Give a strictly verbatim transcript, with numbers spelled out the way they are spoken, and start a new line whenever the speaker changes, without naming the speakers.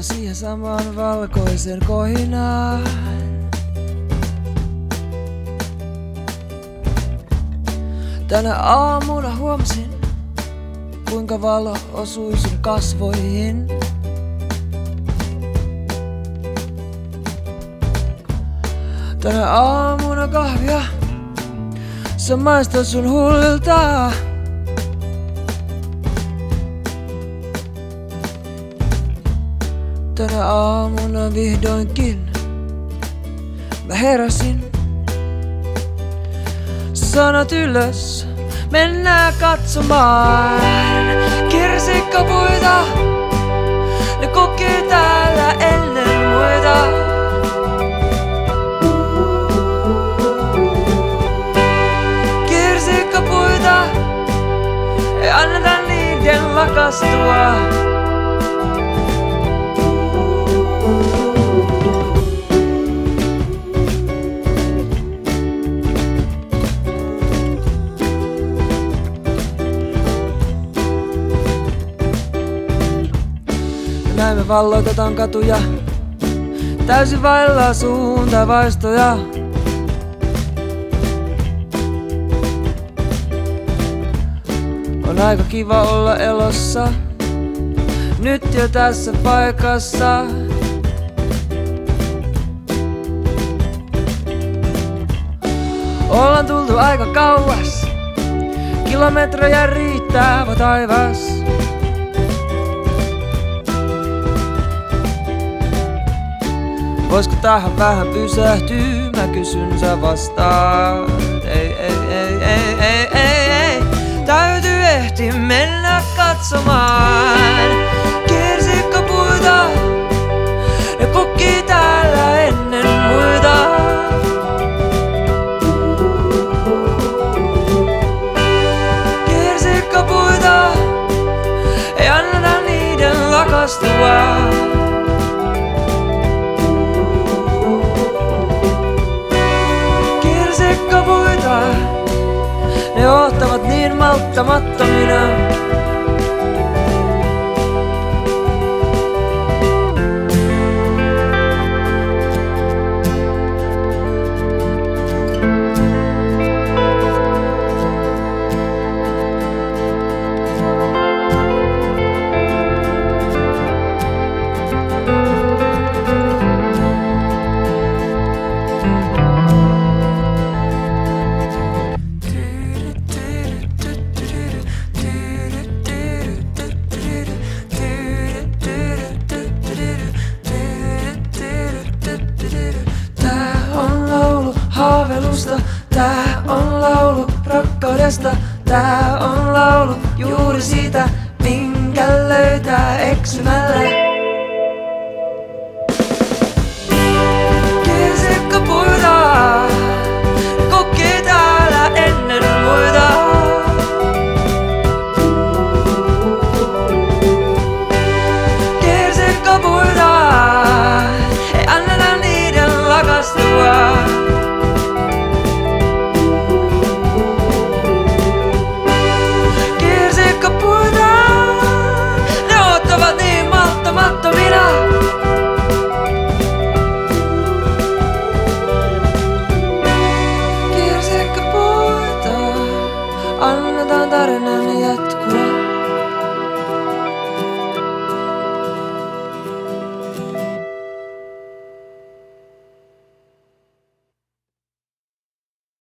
siihen samaan valkoisen kohinaan. Tänä aamuna huomasin, kuinka valo osui sun kasvoihin. Tänä aamuna kahvia sä maistat sun hullilta. Tänä aamuna vihdoinkin mä heräsin. Sä sanot ylös, mennään katsomaan kirsikkapuita. Ne koki täällä ennen muita. Kirsikkapuita, ei anneta niiden lakastua. Näin me valloitetaan katuja, täysin vailla suuntavaistoja. On aika kiva olla elossa, nyt jo tässä paikassa. Ollaan tultu aika kauas, kilometrejä riittää va taivas. Voisko tähän vähän pysähtyä? Mä kysyn, sä vastaa. Ei, ei, ei, ei, ei, ei, ei. Täytyy ehti mennä katsomaan kirsikkapuita. Ne koki täällä ennen muita. Kirsikkapuita, ei anneta niiden lakastua. Ne ottavat niin malttamattomina.